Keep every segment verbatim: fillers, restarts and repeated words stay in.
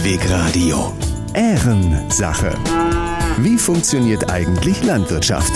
Hellweg Radio. Ehrensache. Wie funktioniert eigentlich Landwirtschaft?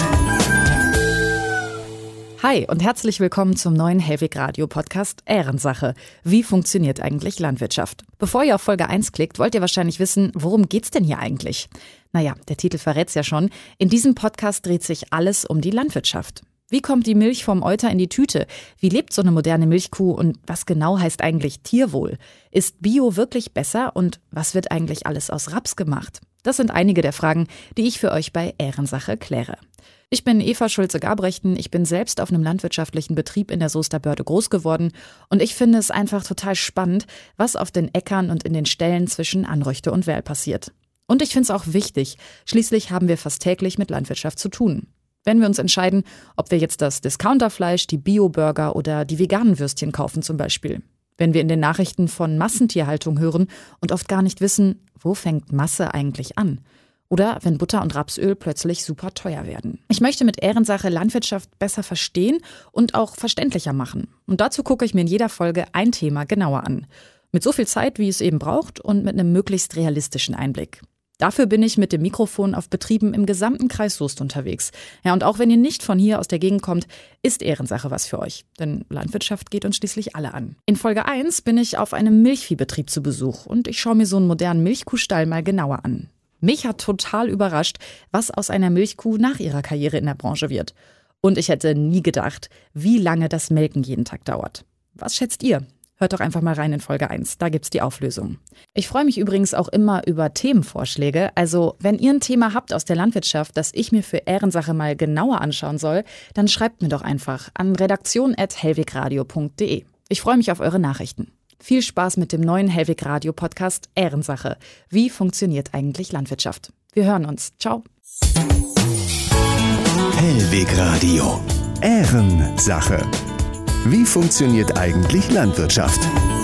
Hi und herzlich willkommen zum neuen Hellweg Radio Podcast Ehrensache. Wie funktioniert eigentlich Landwirtschaft? Bevor ihr auf Folge eins klickt, wollt ihr wahrscheinlich wissen, worum geht's denn hier eigentlich? Naja, der Titel verrät's ja schon. In diesem Podcast dreht sich alles um die Landwirtschaft. Wie kommt die Milch vom Euter in die Tüte? Wie lebt so eine moderne Milchkuh und was genau heißt eigentlich Tierwohl? Ist Bio wirklich besser und was wird eigentlich alles aus Raps gemacht? Das sind einige der Fragen, die ich für euch bei Ehrensache kläre. Ich bin Eva Schulze-Gabrechten, ich bin selbst auf einem landwirtschaftlichen Betrieb in der Soester Börde groß geworden und ich finde es einfach total spannend, was auf den Äckern und in den Ställen zwischen Anröchte und Werl passiert. Und ich finde es auch wichtig, schließlich haben wir fast täglich mit Landwirtschaft zu tun. Wenn wir uns entscheiden, ob wir jetzt das Discounterfleisch, die Bio-Burger oder die veganen Würstchen kaufen zum Beispiel. Wenn wir in den Nachrichten von Massentierhaltung hören und oft gar nicht wissen, wo fängt Masse eigentlich an? Oder wenn Butter und Rapsöl plötzlich super teuer werden. Ich möchte mit Ehrensache Landwirtschaft besser verstehen und auch verständlicher machen. Und dazu gucke ich mir in jeder Folge ein Thema genauer an. Mit so viel Zeit, wie es eben braucht und mit einem möglichst realistischen Einblick. Dafür bin ich mit dem Mikrofon auf Betrieben im gesamten Kreis Soest unterwegs. Ja, und auch wenn ihr nicht von hier aus der Gegend kommt, ist Ehrensache was für euch. Denn Landwirtschaft geht uns schließlich alle an. In Folge eins bin ich auf einem Milchviehbetrieb zu Besuch und ich schaue mir so einen modernen Milchkuhstall mal genauer an. Mich hat total überrascht, was aus einer Milchkuh nach ihrer Karriere in der Branche wird. Und ich hätte nie gedacht, wie lange das Melken jeden Tag dauert. Was schätzt ihr? Hört doch einfach mal rein in Folge eins, da gibt's die Auflösung. Ich freue mich übrigens auch immer über Themenvorschläge. Also wenn ihr ein Thema habt aus der Landwirtschaft, das ich mir für Ehrensache mal genauer anschauen soll, dann schreibt mir doch einfach an redaktion at hellwegradio punkt de. Ich freue mich auf eure Nachrichten. Viel Spaß mit dem neuen Hellweg Radio Podcast Ehrensache. Wie funktioniert eigentlich Landwirtschaft? Wir hören uns. Ciao. Hellweg Radio. Ehrensache. Wie funktioniert eigentlich Landwirtschaft?